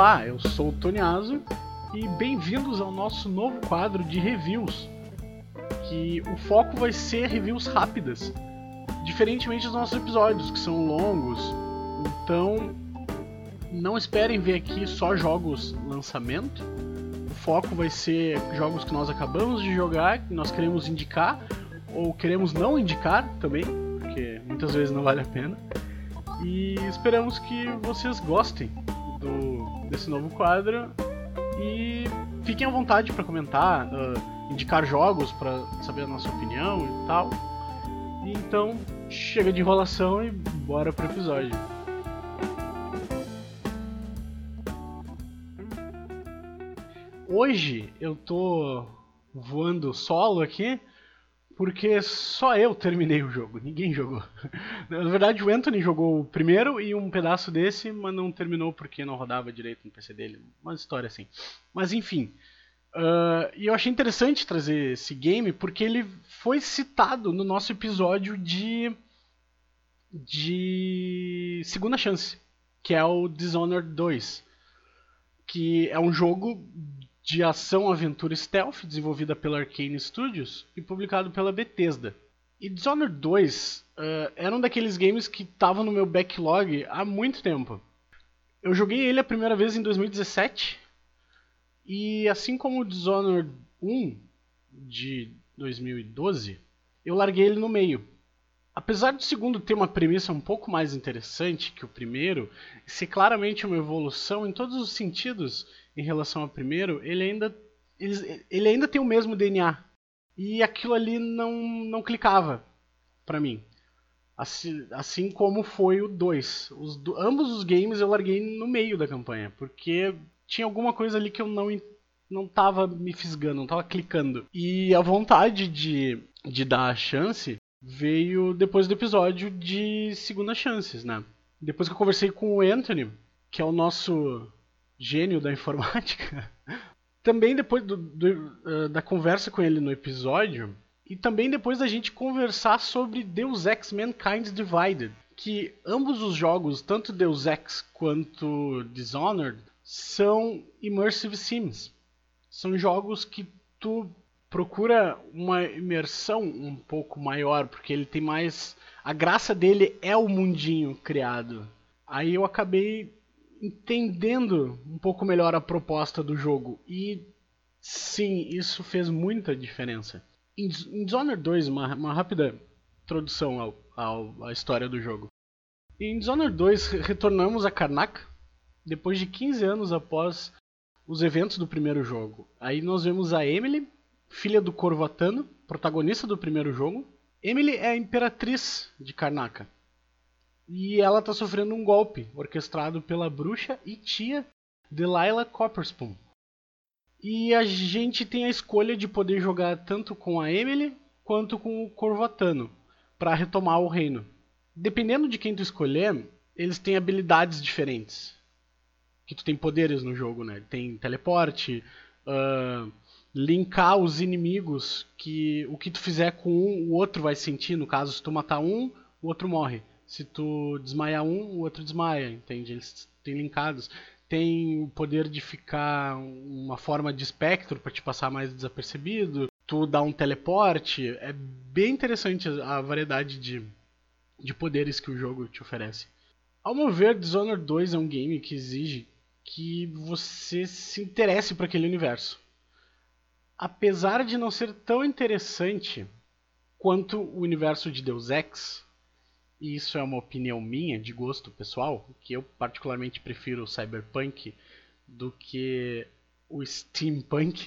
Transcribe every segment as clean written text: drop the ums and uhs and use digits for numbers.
Olá, eu sou o Tony Aso e bem-vindos ao nosso novo quadro de reviews, que o foco vai ser reviews rápidas, diferentemente dos nossos episódios, que são longos. Então, não esperem ver aqui só jogos lançamento. O foco vai ser jogos que nós acabamos de jogar, que nós queremos indicar, ou queremos não indicar também, porque muitas vezes não vale a pena. E esperamos que vocês gostem desse novo quadro e fiquem à vontade para comentar, indicar jogos para saber a nossa opinião e tal. E então, chega de enrolação e bora pro episódio. Hoje eu tô voando solo aqui porque só eu terminei o jogo, ninguém jogou. Na verdade o Anthony jogou o primeiro e um pedaço desse, mas não terminou porque não rodava direito no PC dele. Uma história assim. Mas enfim, e eu achei interessante trazer esse game porque ele foi citado no nosso episódio de Segunda Chance, que é o Dishonored 2, que é um jogo de ação-aventura stealth, desenvolvida pela Arcane Studios e publicado pela Bethesda. E Dishonored 2 era um daqueles games que estavam no meu backlog há muito tempo. Eu joguei ele a primeira vez em 2017, e assim como o Dishonored 1 de 2012, eu larguei ele no meio. Apesar do segundo ter uma premissa um pouco mais interessante que o primeiro, ser claramente uma evolução em todos os sentidos em relação ao primeiro, ele ainda tem o mesmo DNA. E aquilo ali não clicava pra mim. Assim como foi o 2. Ambos os games eu larguei no meio da campanha, porque tinha alguma coisa ali que eu não tava me fisgando, não tava clicando. E a vontade de dar a chance veio depois do episódio de Segunda Chances, né? Depois que eu conversei com o Anthony, que é o nosso gênio da informática, também depois da conversa com ele no episódio, e também depois da gente conversar sobre Deus Ex Mankind Divided, que ambos os jogos, tanto Deus Ex quanto Dishonored, são immersive sims. São jogos que tu procura uma imersão um pouco maior, porque ele tem mais... A graça dele é o mundinho criado. Aí eu acabei entendendo um pouco melhor a proposta do jogo. E sim, isso fez muita diferença. Em Dishonored 2, uma rápida introdução à história do jogo. Em Dishonored 2, retornamos a Karnak depois de 15 anos após os eventos do primeiro jogo. Aí nós vemos a Emily, filha do Corvo Attano, protagonista do primeiro jogo. Emily é a imperatriz de Karnaca. E ela está sofrendo um golpe orquestrado pela bruxa e tia Delilah Copperspoon. E a gente tem a escolha de poder jogar tanto com a Emily quanto com o Corvo Attano para retomar o reino. Dependendo de quem tu escolher, eles têm habilidades diferentes. Que tu tem poderes no jogo, né? Tem teleporte, linkar os inimigos, que o que tu fizer com um, o outro vai sentir. No caso, se tu matar um, o outro morre. Se tu desmaiar um, o outro desmaia, entende? Eles têm linkados. Tem o poder de ficar uma forma de espectro para te passar mais desapercebido. Tu dá um teleporte. É bem interessante a variedade de poderes que o jogo te oferece. Ao meu ver, Dishonored 2 é um game que exige que você se interesse por aquele universo. Apesar de não ser tão interessante quanto o universo de Deus Ex, e isso é uma opinião minha, de gosto pessoal, que eu particularmente prefiro o Cyberpunk do que o Steampunk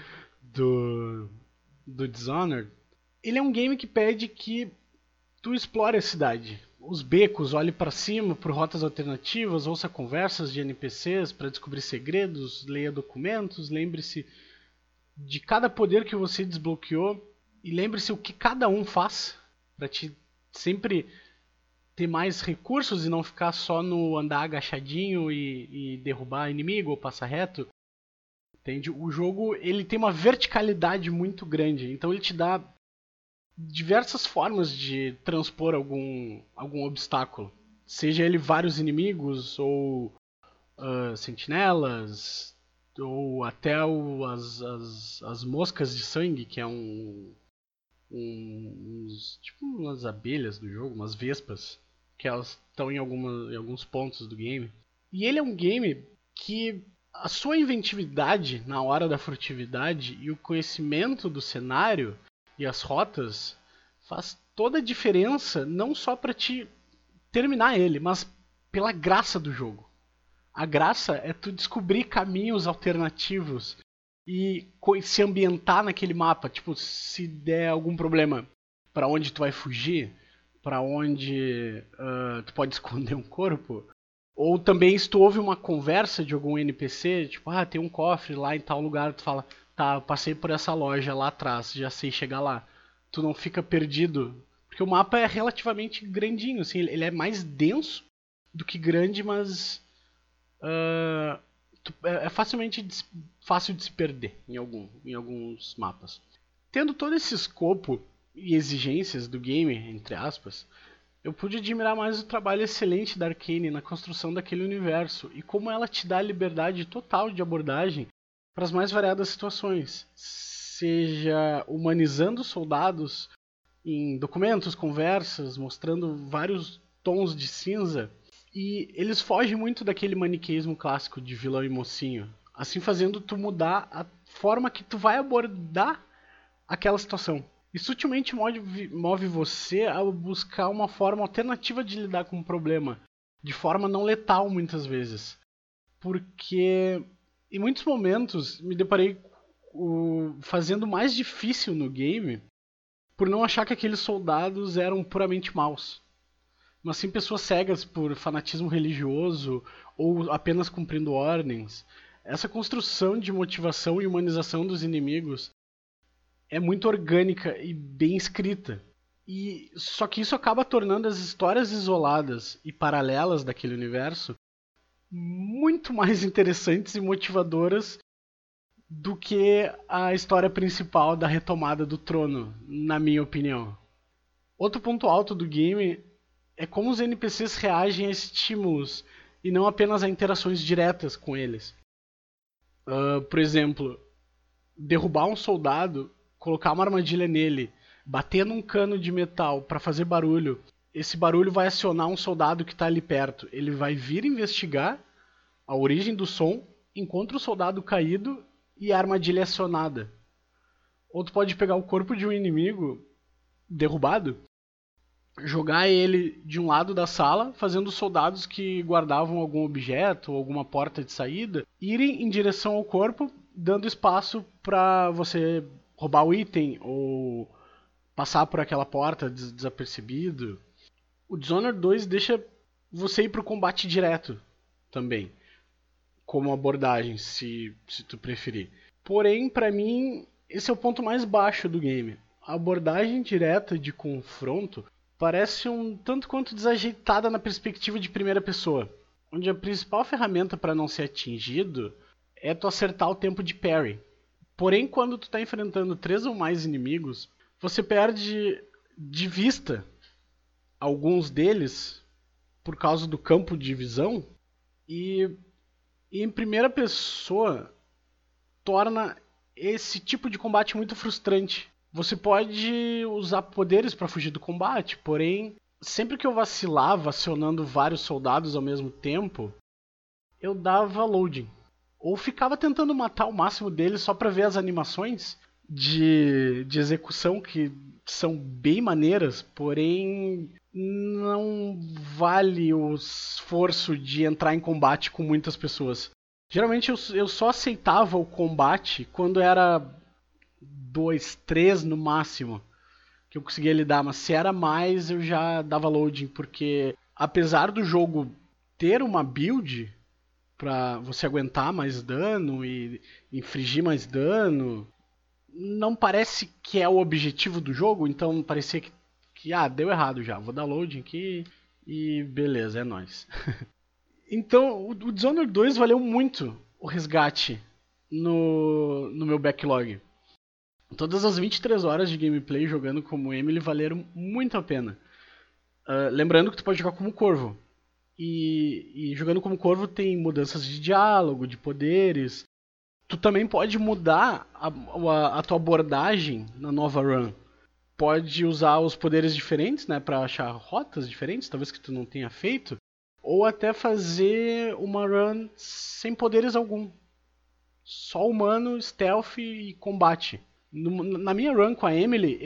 do Dishonored, ele é um game que pede que tu explore a cidade. Os becos, olhe para cima por rotas alternativas, ouça conversas de NPCs para descobrir segredos, leia documentos, lembre-se de cada poder que você desbloqueou e lembre-se o que cada um faz para te sempre ter mais recursos e não ficar só no andar agachadinho e derrubar inimigo ou passar reto. Entende? O jogo ele tem uma verticalidade muito grande, então ele te dá diversas formas de transpor algum obstáculo. Seja ele vários inimigos ou sentinelas, ou até as moscas de sangue, que é tipo umas abelhas do jogo, umas vespas, que elas estão em alguns pontos do game. E ele é um game que a sua inventividade na hora da furtividade e o conhecimento do cenário e as rotas faz toda a diferença, não só para te terminar ele, mas pela graça do jogo. A graça é tu descobrir caminhos alternativos e se ambientar naquele mapa. Tipo, se der algum problema, para onde tu vai fugir, para onde tu pode esconder um corpo. Ou também se tu ouve uma conversa de algum NPC, tipo, tem um cofre lá em tal lugar, tu fala, tá, eu passei por essa loja lá atrás, já sei chegar lá. Tu não fica perdido, porque o mapa é relativamente grandinho, assim, ele é mais denso do que grande, mas é facilmente fácil de se perder em alguns mapas. Tendo todo esse escopo e exigências do game, entre aspas, eu pude admirar mais o trabalho excelente da Arkane na construção daquele universo e como ela te dá a liberdade total de abordagem para as mais variadas situações, seja humanizando soldados em documentos, conversas, mostrando vários tons de cinza, e eles fogem muito daquele maniqueísmo clássico de vilão e mocinho, assim fazendo tu mudar a forma que tu vai abordar aquela situação. E sutilmente move você a buscar uma forma alternativa de lidar com o problema, de forma não letal muitas vezes. Porque em muitos momentos me deparei fazendo mais difícil no game por não achar que aqueles soldados eram puramente maus, mas sim pessoas cegas por fanatismo religioso ou apenas cumprindo ordens. Essa construção de motivação e humanização dos inimigos é muito orgânica e bem escrita. E só que isso acaba tornando as histórias isoladas e paralelas daquele universo muito mais interessantes e motivadoras do que a história principal da retomada do trono, na minha opinião. Outro ponto alto do game é como os NPCs reagem a estímulos e não apenas a interações diretas com eles. Por exemplo, derrubar um soldado, colocar uma armadilha nele, bater num cano de metal para fazer barulho. Esse barulho vai acionar um soldado que está ali perto. Ele vai vir investigar a origem do som, encontra o soldado caído e a armadilha é acionada. Ou tu pode pegar o corpo de um inimigo derrubado, jogar ele de um lado da sala, fazendo os soldados que guardavam algum objeto ou alguma porta de saída irem em direção ao corpo, dando espaço para você roubar o item ou passar por aquela porta desapercebido. O Dishonored 2 deixa você ir pro combate direto também, como abordagem, se tu preferir. Porém, para mim, esse é o ponto mais baixo do game. A abordagem direta de confronto parece um tanto quanto desajeitada na perspectiva de primeira pessoa, onde a principal ferramenta para não ser atingido é tu acertar o tempo de parry. Porém, quando tu tá enfrentando 3 ou mais inimigos, você perde de vista alguns deles por causa do campo de visão e em primeira pessoa torna esse tipo de combate muito frustrante. Você pode usar poderes para fugir do combate, porém, sempre que eu vacilava acionando vários soldados ao mesmo tempo, eu dava loading. Ou ficava tentando matar o máximo deles só para ver as animações de execução que são bem maneiras, porém não vale o esforço de entrar em combate com muitas pessoas. Geralmente eu só aceitava o combate quando era 2, 3 no máximo que eu conseguia lidar, mas se era mais eu já dava loading, porque apesar do jogo ter uma build pra você aguentar mais dano e infligir mais dano, não parece que é o objetivo do jogo, então parecia que deu errado já, vou dar loading aqui e beleza, é nóis. Então, o Dishonored 2 valeu muito o resgate no meu backlog. Todas as 23 horas de gameplay jogando como Emily valeram muito a pena. Lembrando que tu pode jogar como Corvo. E jogando como corvo tem mudanças de diálogo, de poderes. Tu também pode mudar a tua abordagem na nova run. Pode usar os poderes diferentes, né, para achar rotas diferentes, talvez que tu não tenha feito, ou até fazer uma run sem poderes algum. Só humano, stealth e combate. Na minha run com a Emily,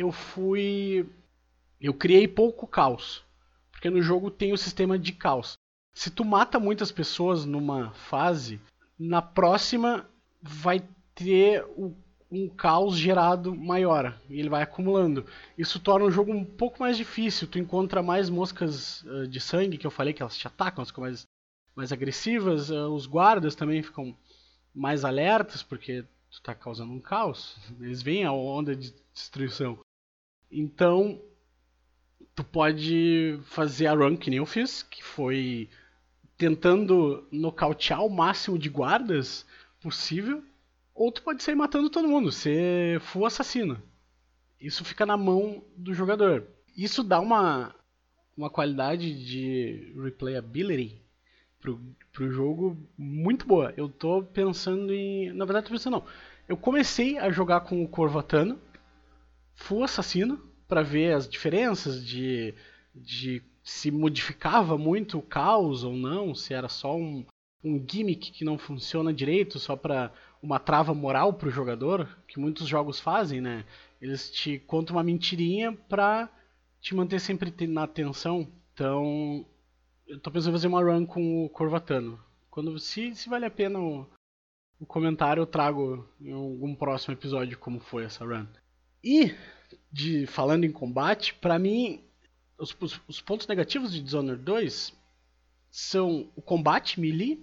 eu criei pouco caos, porque no jogo tem o sistema de caos. Se tu mata muitas pessoas numa fase, na próxima vai ter um caos gerado maior e ele vai acumulando. Isso torna o jogo um pouco mais difícil. Tu encontra mais moscas de sangue, que eu falei que elas te atacam, elas ficam mais agressivas. Os guardas também ficam mais alertas porque tu tá causando um caos. Eles veem a onda de destruição. Então, tu pode fazer a run que nem eu fiz, que foi tentando nocautear o máximo de guardas possível, ou tu pode sair matando todo mundo, ser full assassino. Isso fica na mão do jogador. Isso dá uma qualidade de replayability pro jogo muito boa. Eu tô pensando em... Na verdade, tô pensando não. Eu comecei a jogar com o Corvatano, full assassino, para ver as diferenças de se modificava muito o caos ou não, se era só um gimmick que não funciona direito, só para uma trava moral pro jogador, que muitos jogos fazem, né? Eles te contam uma mentirinha pra te manter sempre na atenção. Então, eu tô pensando em fazer uma run com o Corvatano. Se vale a pena o comentário, eu trago em algum próximo episódio como foi essa run. E, falando em combate, pra mim, os pontos negativos de Dishonored 2 são o combate melee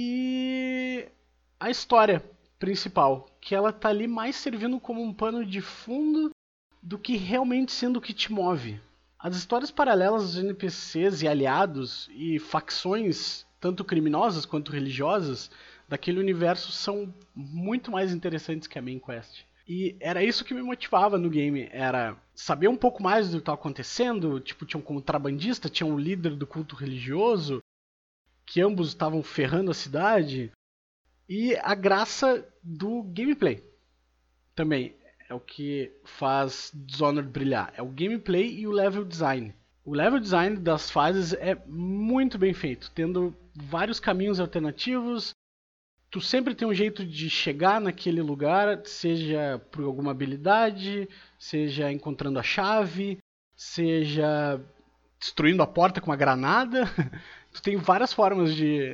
e a história principal, que ela tá ali mais servindo como um pano de fundo do que realmente sendo o que te move. As histórias paralelas dos NPCs e aliados e facções, tanto criminosas quanto religiosas, daquele universo são muito mais interessantes que a main quest. E era isso que me motivava no game, era saber um pouco mais do que estava acontecendo, tipo, tinha um contrabandista, tinha um líder do culto religioso, que ambos estavam ferrando a cidade, e a graça do gameplay também é o que faz Dishonored brilhar, é o gameplay e o level design. O level design das fases é muito bem feito, tendo vários caminhos alternativos. Tu sempre tem um jeito de chegar naquele lugar, seja por alguma habilidade, seja encontrando a chave, seja destruindo a porta com uma granada. Tu tem várias formas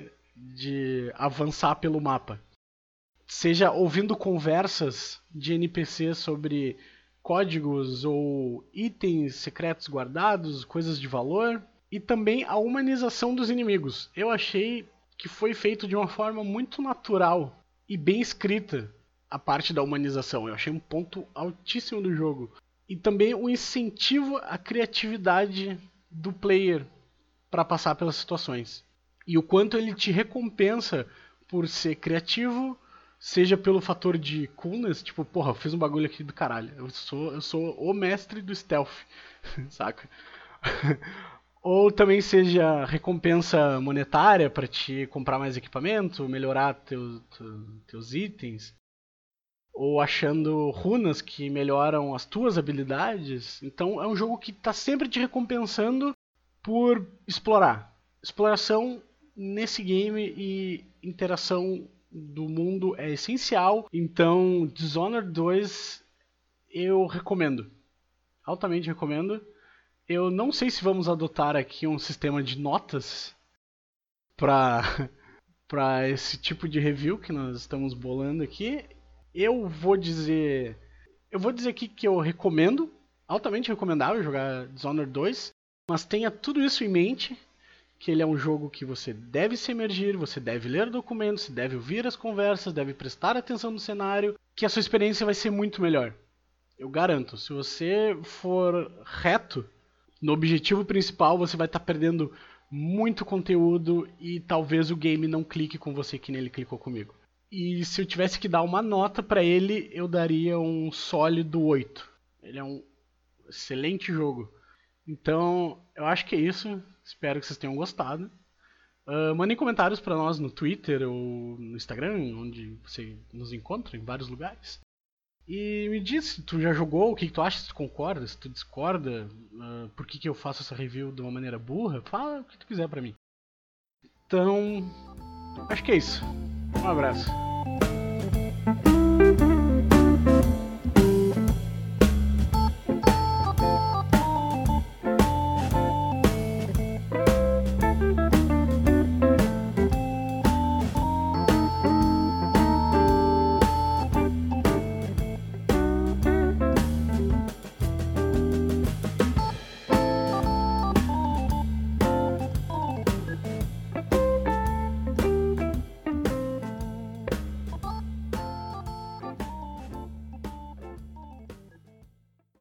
de avançar pelo mapa. Seja ouvindo conversas de NPCs sobre códigos ou itens secretos guardados, coisas de valor. E também a humanização dos inimigos. Eu achei que foi feito de uma forma muito natural e bem escrita a parte da humanização. Eu achei um ponto altíssimo do jogo. E também o incentivo à criatividade do player para passar pelas situações. E o quanto ele te recompensa por ser criativo, seja pelo fator de coolness, tipo, porra, eu fiz um bagulho aqui do caralho. Eu sou o mestre do stealth, saca? Ou também seja recompensa monetária para te comprar mais equipamento, melhorar teus itens, ou achando runas que melhoram as tuas habilidades. Então é um jogo que está sempre te recompensando por explorar. Exploração nesse game e interação do mundo é essencial. Então Dishonored 2 eu recomendo. Altamente recomendo. Eu não sei se vamos adotar aqui um sistema de notas para para esse tipo de review que nós estamos bolando aqui. Eu vou dizer aqui que eu recomendo, altamente recomendável jogar Dishonored 2, mas tenha tudo isso em mente, que ele é um jogo que você deve se emergir, você deve ler documentos, você deve ouvir as conversas, deve prestar atenção no cenário, que a sua experiência vai ser muito melhor. Eu garanto, se você for reto no objetivo principal, você vai estar perdendo muito conteúdo e talvez o game não clique com você que nem ele clicou comigo. E se eu tivesse que dar uma nota para ele, eu daria um sólido 8. Ele é um excelente jogo. Então, eu acho que é isso. Espero que vocês tenham gostado. Mandem comentários pra nós no Twitter ou no Instagram, onde você nos encontra, em vários lugares. E me diz se tu já jogou, o que tu acha, se tu concorda, se tu discorda, por que eu faço essa review de uma maneira burra. Fala o que tu quiser pra mim. Então, acho que é isso. Um abraço.